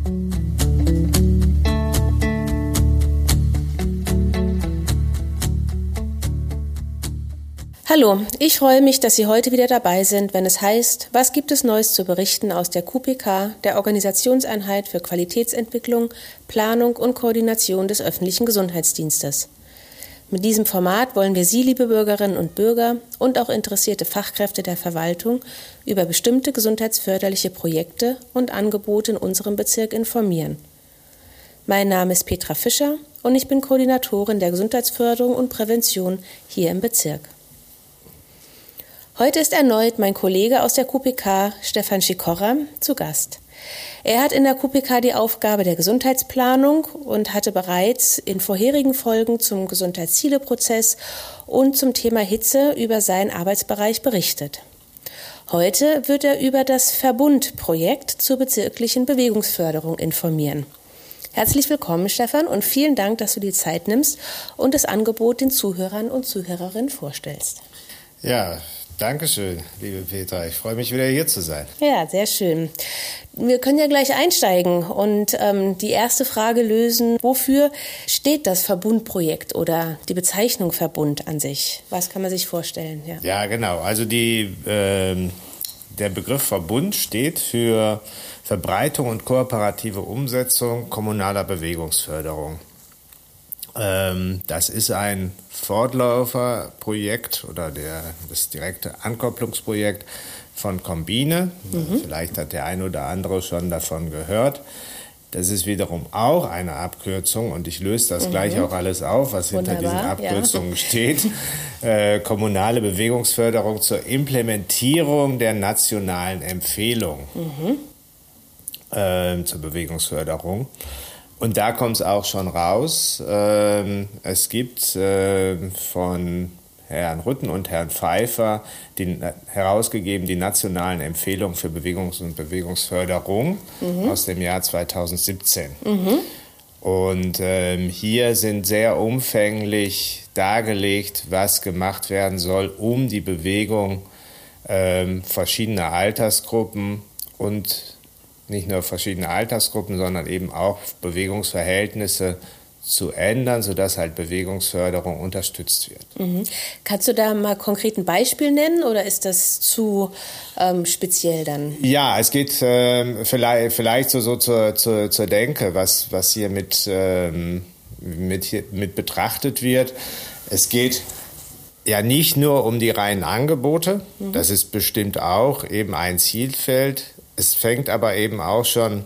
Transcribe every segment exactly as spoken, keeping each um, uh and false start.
Hallo, ich freue mich, dass Sie heute wieder dabei sind, wenn es heißt, was gibt es Neues zu berichten aus der Q P K, der Organisationseinheit für Qualitätsentwicklung, Planung und Koordination des öffentlichen Gesundheitsdienstes. Mit diesem Format wollen wir Sie, liebe Bürgerinnen und Bürger und auch interessierte Fachkräfte der Verwaltung über bestimmte gesundheitsförderliche Projekte und Angebote in unserem Bezirk informieren. Mein Name ist Petra Fischer und ich bin Koordinatorin der Gesundheitsförderung und Prävention hier im Bezirk. Heute ist erneut mein Kollege aus der Q P K, Stefan Schikorra, zu Gast. Er hat in der Q P K die Aufgabe der Gesundheitsplanung und hatte bereits in vorherigen Folgen zum Gesundheitszieleprozess und zum Thema Hitze über seinen Arbeitsbereich berichtet. Heute wird er über das Verbundprojekt zur bezirklichen Bewegungsförderung informieren. Herzlich willkommen, Stefan, und vielen Dank, dass du die Zeit nimmst und das Angebot den Zuhörern und Zuhörerinnen vorstellst. Ja, Dankeschön, liebe Petra. Ich freue mich, wieder hier zu sein. Ja, sehr schön. Wir können ja gleich einsteigen und ähm, die erste Frage lösen. Wofür steht das Verbundprojekt oder die Bezeichnung Verbund an sich? Was kann man sich vorstellen? Ja, ja genau. Also die, äh, der Begriff Verbund steht für Verbreitung und kooperative Umsetzung kommunaler Bewegungsförderung. Das ist ein Fortläuferprojekt oder der, das direkte Ankopplungsprojekt von Combine. Mhm. Vielleicht hat der ein oder andere schon davon gehört. Das ist wiederum auch eine Abkürzung und ich löse das mhm. gleich auch alles auf, was Wunderbar, hinter diesen Abkürzungen ja. steht. Äh, kommunale Bewegungsförderung zur Implementierung der nationalen Empfehlung mhm. äh, zur Bewegungsförderung. Und da kommt es auch schon raus. Ähm, es gibt äh, von Herrn Rütten und Herrn Pfeiffer die, herausgegeben die nationalen Empfehlungen für Bewegungs- und Bewegungsförderung mhm. aus dem Jahr zweitausendsiebzehn. Mhm. Und ähm, hier sind sehr umfänglich dargelegt, was gemacht werden soll, um die Bewegung ähm, verschiedener Altersgruppen und nicht nur verschiedene Altersgruppen, sondern eben auch Bewegungsverhältnisse zu ändern, sodass halt Bewegungsförderung unterstützt wird. Mhm. Kannst du da mal konkret ein Beispiel nennen oder ist das zu ähm, speziell dann? Ja, es geht ähm, vielleicht, vielleicht so, so zur, zur, zur Denke, was, was hier mit, ähm, mit, mit betrachtet wird. Es geht ja nicht nur um die reinen Angebote, mhm. das ist bestimmt auch eben ein Zielfeld. Es fängt aber eben auch schon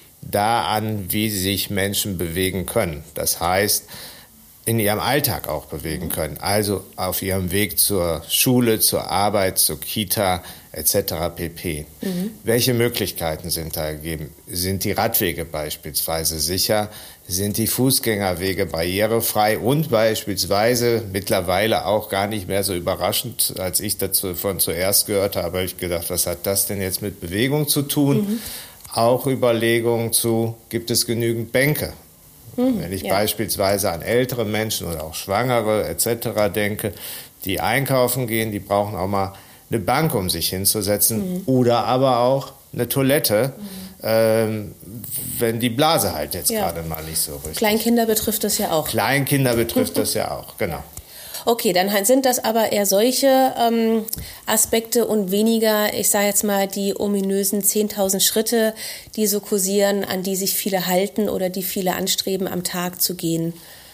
da an, wie sich Menschen bewegen können. Das heißt, in ihrem Alltag auch bewegen können. Also auf ihrem Weg zur Schule, zur Arbeit, zur Kita et cetera pp. Mhm. Welche Möglichkeiten sind da gegeben? Sind die Radwege beispielsweise sicher? Sind die Fußgängerwege barrierefrei? Und beispielsweise mittlerweile auch gar nicht mehr so überraschend, als ich davon zuerst gehört habe, habe ich gedacht, was hat das denn jetzt mit Bewegung zu tun? Mhm. Auch Überlegungen zu, gibt es genügend Bänke? Mhm, Wenn ich ja. beispielsweise an ältere Menschen oder auch Schwangere et cetera denke, die einkaufen gehen, die brauchen auch mal eine Bank, um sich hinzusetzen mhm. oder aber auch eine Toilette, mhm. ähm, wenn die Blase halt jetzt ja. gerade mal nicht so richtig. Kleinkinder betrifft das ja auch. Kleinkinder betrifft das ja auch, genau. Okay, dann sind das aber eher solche ähm, Aspekte und weniger, ich sage jetzt mal, die ominösen zehntausend Schritte, die so kursieren, an die sich viele halten oder die viele anstreben, am Tag zu gehen.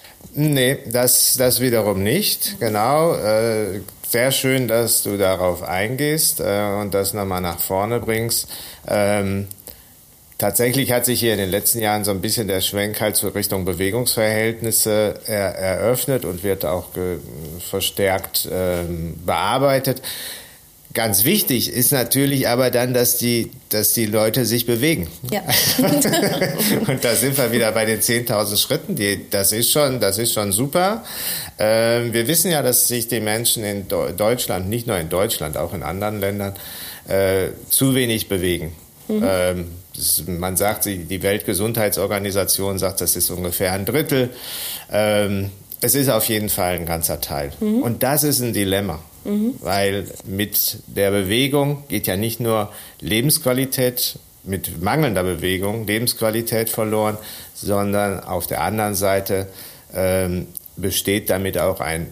Nee, das, das wiederum nicht, genau. Äh, sehr schön, dass du darauf eingehst äh, und das nochmal nach vorne bringst. Ähm, Tatsächlich hat sich hier in den letzten Jahren so ein bisschen der Schwenk halt zur Richtung Bewegungsverhältnisse er, eröffnet und wird auch ge, verstärkt ähm, bearbeitet. Ganz wichtig ist natürlich aber dann, dass die, dass die Leute sich bewegen. Ja. Und da sind wir wieder bei den zehntausend Schritten. Die, das ist schon, das ist schon super. Ähm, wir wissen ja, dass sich die Menschen in Deutschland, nicht nur in Deutschland, auch in anderen Ländern, äh, zu wenig bewegen. Mhm. Ähm, das, man sagt, die Weltgesundheitsorganisation sagt, das ist ungefähr ein Drittel. Ähm, es ist auf jeden Fall ein ganzer Teil. Mhm. Und das ist ein Dilemma. Mhm. Weil mit der Bewegung geht ja nicht nur Lebensqualität mit mangelnder Bewegung Lebensqualität verloren, sondern auf der anderen Seite ähm, besteht damit auch ein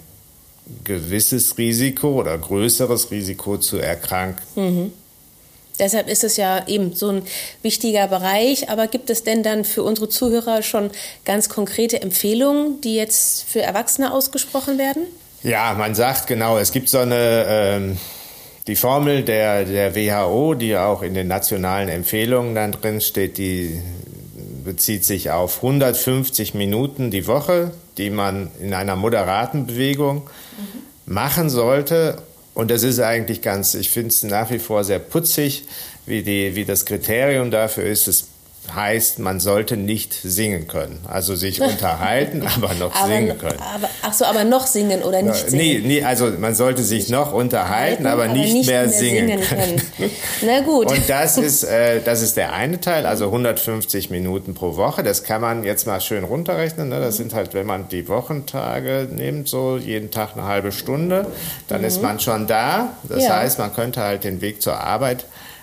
gewisses Risiko oder größeres Risiko zu erkranken. Mhm. Deshalb ist es ja eben so ein wichtiger Bereich. Aber gibt es denn dann für unsere Zuhörer schon ganz konkrete Empfehlungen, die jetzt für Erwachsene ausgesprochen werden? Ja, man sagt genau, es gibt so eine, ähm, die Formel der, der W H O, die auch in den nationalen Empfehlungen dann drin steht, die bezieht sich auf hundertfünfzig Minuten die Woche, die man in einer moderaten Bewegung mhm. machen sollte. Und das ist eigentlich ganz, ich finde es nach wie vor sehr putzig, wie, die, wie das Kriterium dafür ist. Es heißt, man sollte nicht singen können. Also sich unterhalten, aber noch aber, singen können. Aber, ach so, aber noch singen oder nicht singen? Nee, nee, also man sollte sich nicht noch unterhalten, aber, aber nicht, nicht mehr, mehr singen, singen können. können. Na gut. Und das ist, äh, das ist der eine Teil, also hundertfünfzig Minuten pro Woche. Das kann man jetzt mal schön runterrechnen. Ne? Das sind halt, wenn man die Wochentage nimmt, so jeden Tag eine halbe Stunde, dann mhm. ist man schon da. Das ja. heißt, man könnte halt den Weg zur Arbeit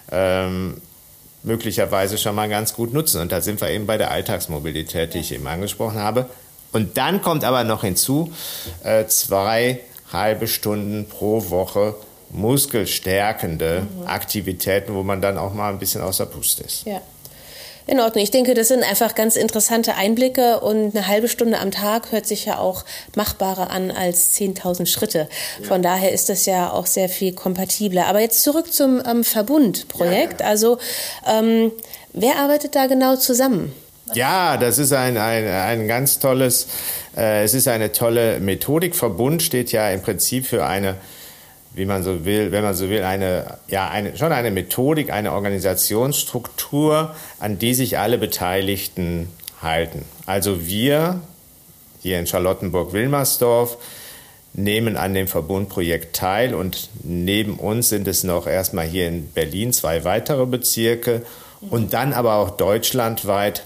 ähm, möglicherweise schon mal ganz gut nutzen. Und da sind wir eben bei der Alltagsmobilität, die ich eben angesprochen habe. Und dann kommt aber noch hinzu, äh, zwei halbe Stunden pro Woche muskelstärkende mhm. Aktivitäten, wo man dann auch mal ein bisschen außer Puste ist. Ja. In Ordnung. Ich denke, das sind einfach ganz interessante Einblicke und eine halbe Stunde am Tag hört sich ja auch machbarer an als zehntausend Schritte. Von ja. daher ist das ja auch sehr viel kompatibler. Aber jetzt zurück zum ähm, Verbundprojekt. Ja, ja. Also ähm, wer arbeitet da genau zusammen? Ja, das ist ein, ein, ein ganz tolles, äh, es ist eine tolle Methodik. Verbund steht ja im Prinzip für eine, wie man so will, wenn man so will, eine, ja, eine, schon eine Methodik, eine Organisationsstruktur, an die sich alle Beteiligten halten. Also wir hier in Charlottenburg-Wilmersdorf nehmen an dem Verbundprojekt teil und neben uns sind es noch erstmal hier in Berlin zwei weitere Bezirke und dann aber auch deutschlandweit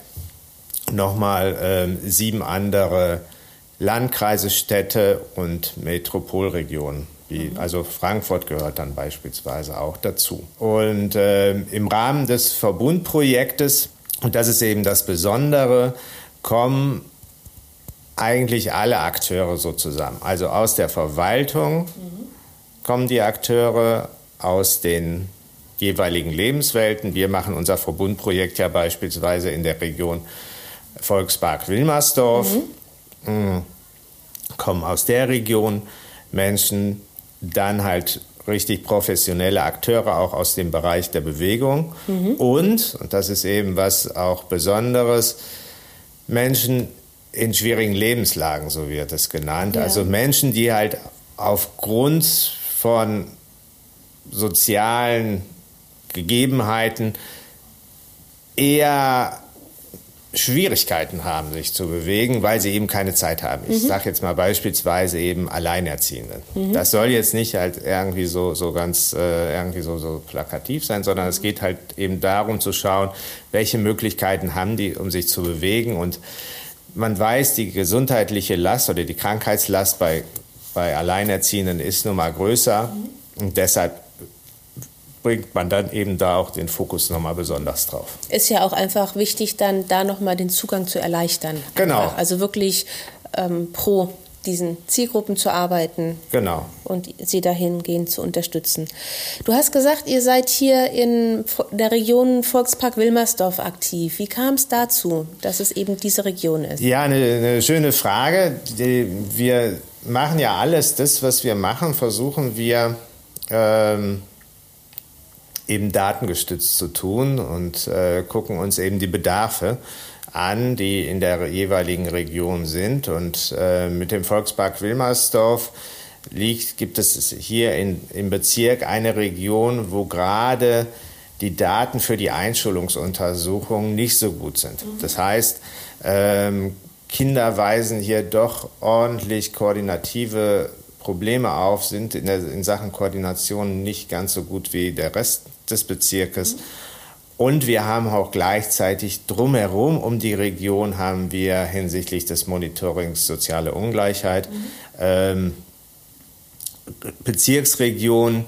nochmal ähm, sieben andere Landkreise, Städte und Metropolregionen. Wie, also Frankfurt gehört dann beispielsweise auch dazu. Und äh, im Rahmen des Verbundprojektes, und das ist eben das Besondere, kommen eigentlich alle Akteure so zusammen. Also aus der Verwaltung mhm. kommen die Akteure, aus den jeweiligen Lebenswelten. Wir machen unser Verbundprojekt ja beispielsweise in der Region Volkspark Wilmersdorf, mhm. kommen aus der Region Menschen, dann halt richtig professionelle Akteure auch aus dem Bereich der Bewegung mhm. und, und das ist eben was auch Besonderes, Menschen in schwierigen Lebenslagen, so wird es genannt. Ja. Also Menschen, die halt aufgrund von sozialen Gegebenheiten eher Schwierigkeiten haben, sich zu bewegen, weil sie eben keine Zeit haben. Ich mhm. sage jetzt mal beispielsweise eben Alleinerziehende. Mhm. Das soll jetzt nicht halt irgendwie so, so ganz äh, irgendwie so, so plakativ sein, sondern es geht halt eben darum zu schauen, welche Möglichkeiten haben die, um sich zu bewegen. Und man weiß, die gesundheitliche Last oder die Krankheitslast bei, bei Alleinerziehenden ist nun mal größer. Mhm. Und deshalb bringt man dann eben da auch den Fokus nochmal besonders drauf. Ist ja auch einfach wichtig, dann da nochmal den Zugang zu erleichtern. Genau. Einfach. Also wirklich ähm, pro diesen Zielgruppen zu arbeiten. Genau. Und sie dahingehend zu unterstützen. Du hast gesagt, ihr seid hier in der Region Volkspark Wilmersdorf aktiv. Wie kam es dazu, dass es eben diese Region ist? Ja, eine, eine schöne Frage. Wir machen ja alles, das, was wir machen, versuchen wir ähm, eben datengestützt zu tun und äh, gucken uns eben die Bedarfe an, die in der jeweiligen Region sind. Und äh, mit dem Volkspark Wilmersdorf liegt, gibt es hier in, im Bezirk eine Region, wo gerade die Daten für die Einschulungsuntersuchungen nicht so gut sind. Das heißt, ähm, Kinder weisen hier doch ordentlich koordinative Probleme auf, sind in, der, in Sachen Koordination nicht ganz so gut wie der Rest des Bezirkes. Mhm. Und wir haben auch gleichzeitig drumherum um die Region haben wir hinsichtlich des Monitorings soziale Ungleichheit mhm. ähm, Bezirksregionen,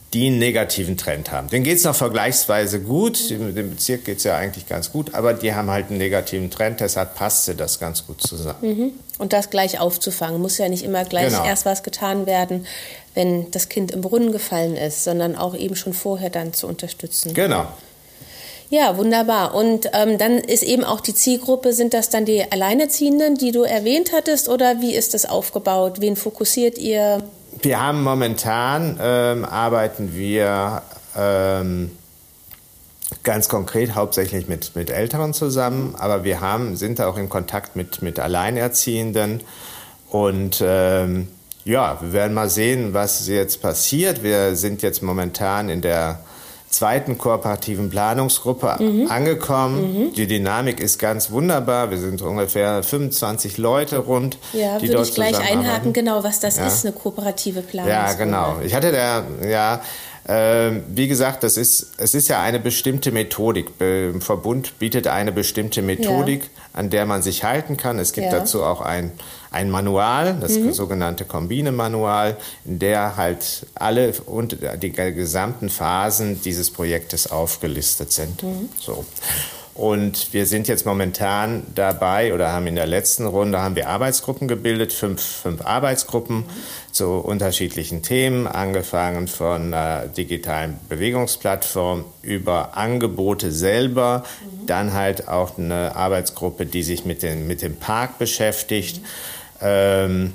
die einen negativen Trend haben. Denen geht es noch vergleichsweise gut, dem Bezirk geht es ja eigentlich ganz gut, aber die haben halt einen negativen Trend, deshalb passte das ganz gut zusammen. Mhm. Und das gleich aufzufangen, muss ja nicht immer gleich genau. erst was getan werden, wenn das Kind im Brunnen gefallen ist, sondern auch eben schon vorher dann zu unterstützen. Genau. Ja, wunderbar. Und ähm, dann ist eben auch die Zielgruppe, sind das dann die Alleinerziehenden, die du erwähnt hattest, oder wie ist das aufgebaut? Wen fokussiert ihr? Wir haben momentan, ähm, arbeiten wir ähm, ganz konkret hauptsächlich mit, mit Älteren zusammen, aber wir haben, sind auch in Kontakt mit, mit Alleinerziehenden und ähm, ja, wir werden mal sehen, was jetzt passiert. Wir sind jetzt momentan in der zweiten kooperativen Planungsgruppe mhm. angekommen. Mhm. Die Dynamik ist ganz wunderbar. Wir sind ungefähr fünfundzwanzig Leute rund, ja, die würde dort ich gleich einhaken, genau, was das ja. ist, eine kooperative Planungsgruppe. Ja, genau. Ich hatte da, ja, äh, wie gesagt, das ist, es ist ja eine bestimmte Methodik. Im Verbund bietet eine bestimmte Methodik, ja. an der man sich halten kann. Es gibt ja. dazu auch ein Ein Manual, das mhm. sogenannte Kombine-Manual, in der halt alle und die gesamten Phasen dieses Projektes aufgelistet sind. Mhm. So. Und wir sind jetzt momentan dabei oder haben in der letzten Runde haben wir Arbeitsgruppen gebildet, fünf, fünf Arbeitsgruppen mhm. zu unterschiedlichen Themen, angefangen von einer digitalen Bewegungsplattform über Angebote selber, mhm. dann halt auch eine Arbeitsgruppe, die sich mit, den, mit dem Park beschäftigt. Mhm. Ähm,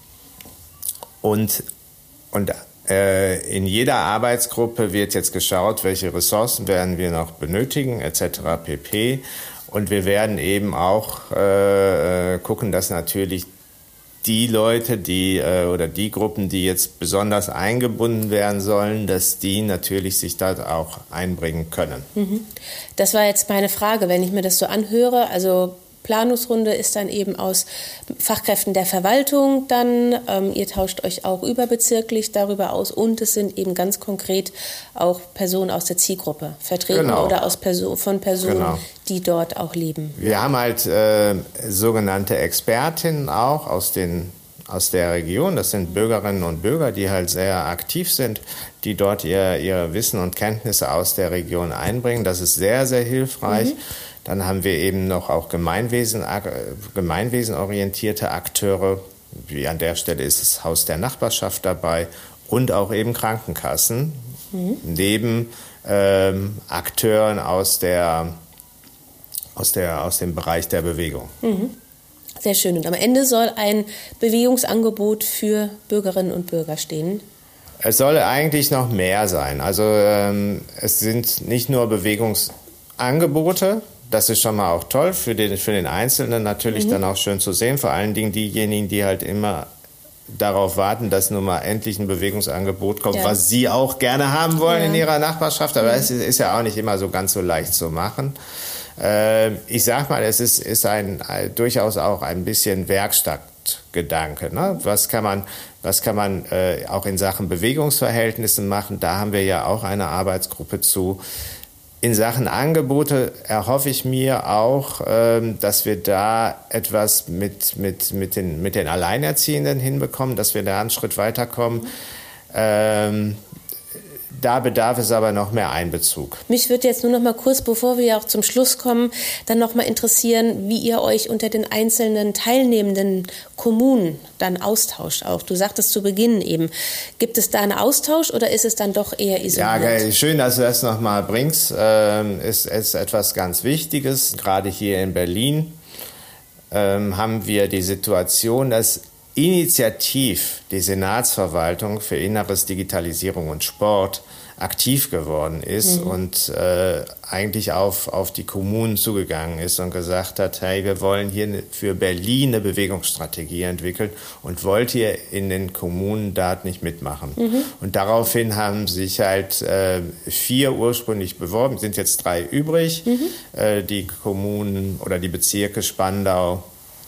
und und äh, in jeder Arbeitsgruppe wird jetzt geschaut, welche Ressourcen werden wir noch benötigen, et cetera pp. Und wir werden eben auch äh, gucken, dass natürlich die Leute, die äh, oder die Gruppen, die jetzt besonders eingebunden werden sollen, dass die natürlich sich dort auch einbringen können. Das war jetzt meine Frage, wenn ich mir das so anhöre, also Planungsrunde ist dann eben aus Fachkräften der Verwaltung dann. Ähm, ihr tauscht euch auch überbezirklich darüber aus und es sind eben ganz konkret auch Personen aus der Zielgruppe vertreten genau. oder aus Person, von Personen, genau. die dort auch leben. Wir haben halt äh, sogenannte Expertinnen auch aus den aus der Region. Das sind Bürgerinnen und Bürger, die halt sehr aktiv sind, die dort ihr, ihr Wissen und Kenntnisse aus der Region einbringen. Das ist sehr, sehr hilfreich. Mhm. Dann haben wir eben noch auch Gemeinwesen, gemeinwesenorientierte Akteure, wie an der Stelle ist das Haus der Nachbarschaft dabei und auch eben Krankenkassen, mhm. neben ähm, Akteuren aus, der, aus, der, aus dem Bereich der Bewegung. Mhm. Sehr schön. Und am Ende soll ein Bewegungsangebot für Bürgerinnen und Bürger stehen. Es soll eigentlich noch mehr sein. Also ähm, es sind nicht nur Bewegungsangebote, das ist schon mal auch toll, für den, für den Einzelnen natürlich mhm. dann auch schön zu sehen. Vor allen Dingen diejenigen, die halt immer darauf warten, dass nun mal endlich ein Bewegungsangebot kommt, ja. was sie auch gerne haben wollen ja. in ihrer Nachbarschaft. Aber mhm. es ist ja auch nicht immer so ganz so leicht zu machen. Äh, ich sag mal, es ist, ist ein, ein, durchaus auch ein bisschen Werkstattgedanke. Ne? Was kann man, was kann man äh, auch in Sachen Bewegungsverhältnissen machen? Da haben wir ja auch eine Arbeitsgruppe zu. In Sachen Angebote erhoffe ich mir auch, ähm, dass wir da etwas mit, mit, mit, den, mit den Alleinerziehenden hinbekommen, dass wir da einen Schritt weiterkommen. Ähm, Da bedarf es aber noch mehr Einbezug. Mich würde jetzt nur noch mal kurz, bevor wir auch zum Schluss kommen, dann noch mal interessieren, wie ihr euch unter den einzelnen teilnehmenden Kommunen dann austauscht auch. Du sagtest zu Beginn eben, gibt es da einen Austausch oder ist es dann doch eher isoliert? Ja, schön, dass du das noch mal bringst. Ähm, ist, ist etwas ganz Wichtiges. Gerade hier in Berlin ähm, haben wir die Situation, dass initiativ die Senatsverwaltung für Inneres, Digitalisierung und Sport aktiv geworden ist mhm. und äh, eigentlich auf, auf die Kommunen zugegangen ist und gesagt hat, hey, wir wollen hier für Berlin eine Bewegungsstrategie entwickeln und wollt ihr in den Kommunen da nicht mitmachen. Mhm. Und daraufhin haben sich halt äh, vier ursprünglich beworben, sind jetzt drei übrig, mhm. äh, die Kommunen oder die Bezirke Spandau,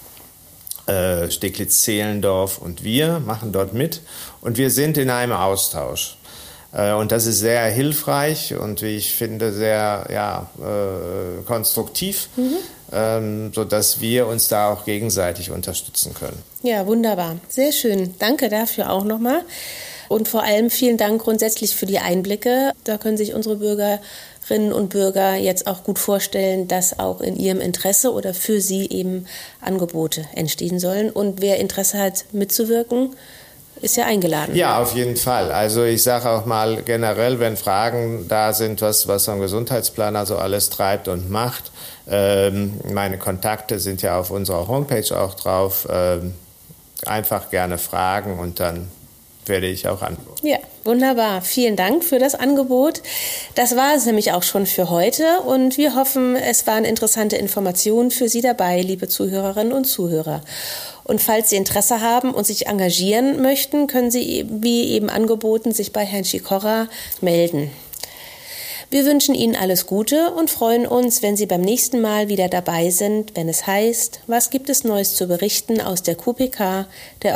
Äh, Steglitz-Zehlendorf und wir machen dort mit und wir sind in einem Austausch. Äh, und das ist sehr hilfreich und wie ich finde sehr ja, äh, konstruktiv, mhm. ähm, sodass wir uns da auch gegenseitig unterstützen können. Ja, wunderbar. Sehr schön. Danke dafür auch nochmal. Und vor allem vielen Dank grundsätzlich für die Einblicke. Da können sich unsere Bürgerinnen und Bürger jetzt auch gut vorstellen, dass auch in ihrem Interesse oder für sie eben Angebote entstehen sollen. Und wer Interesse hat, mitzuwirken, ist ja eingeladen. Ja, auf jeden Fall. Also ich sage auch mal generell, wenn Fragen da sind, was, was so ein Gesundheitsplaner so alles treibt und macht. Ähm, meine Kontakte sind ja auf unserer Homepage auch drauf. Ähm, einfach gerne fragen und dann werde ich auch antworten. Ja, wunderbar. Vielen Dank für das Angebot. Das war es nämlich auch schon für heute und wir hoffen, es waren interessante Informationen für Sie dabei, liebe Zuhörerinnen und Zuhörer. Und falls Sie Interesse haben und sich engagieren möchten, können Sie, wie eben angeboten, sich bei Herrn Sikora melden. Wir wünschen Ihnen alles Gute und freuen uns, wenn Sie beim nächsten Mal wieder dabei sind, wenn es heißt, was gibt es Neues zu berichten aus der Q P K, der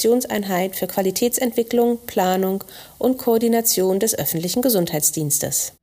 Organisationseinheit für Qualitätsentwicklung, Planung und Koordination des öffentlichen Gesundheitsdienstes.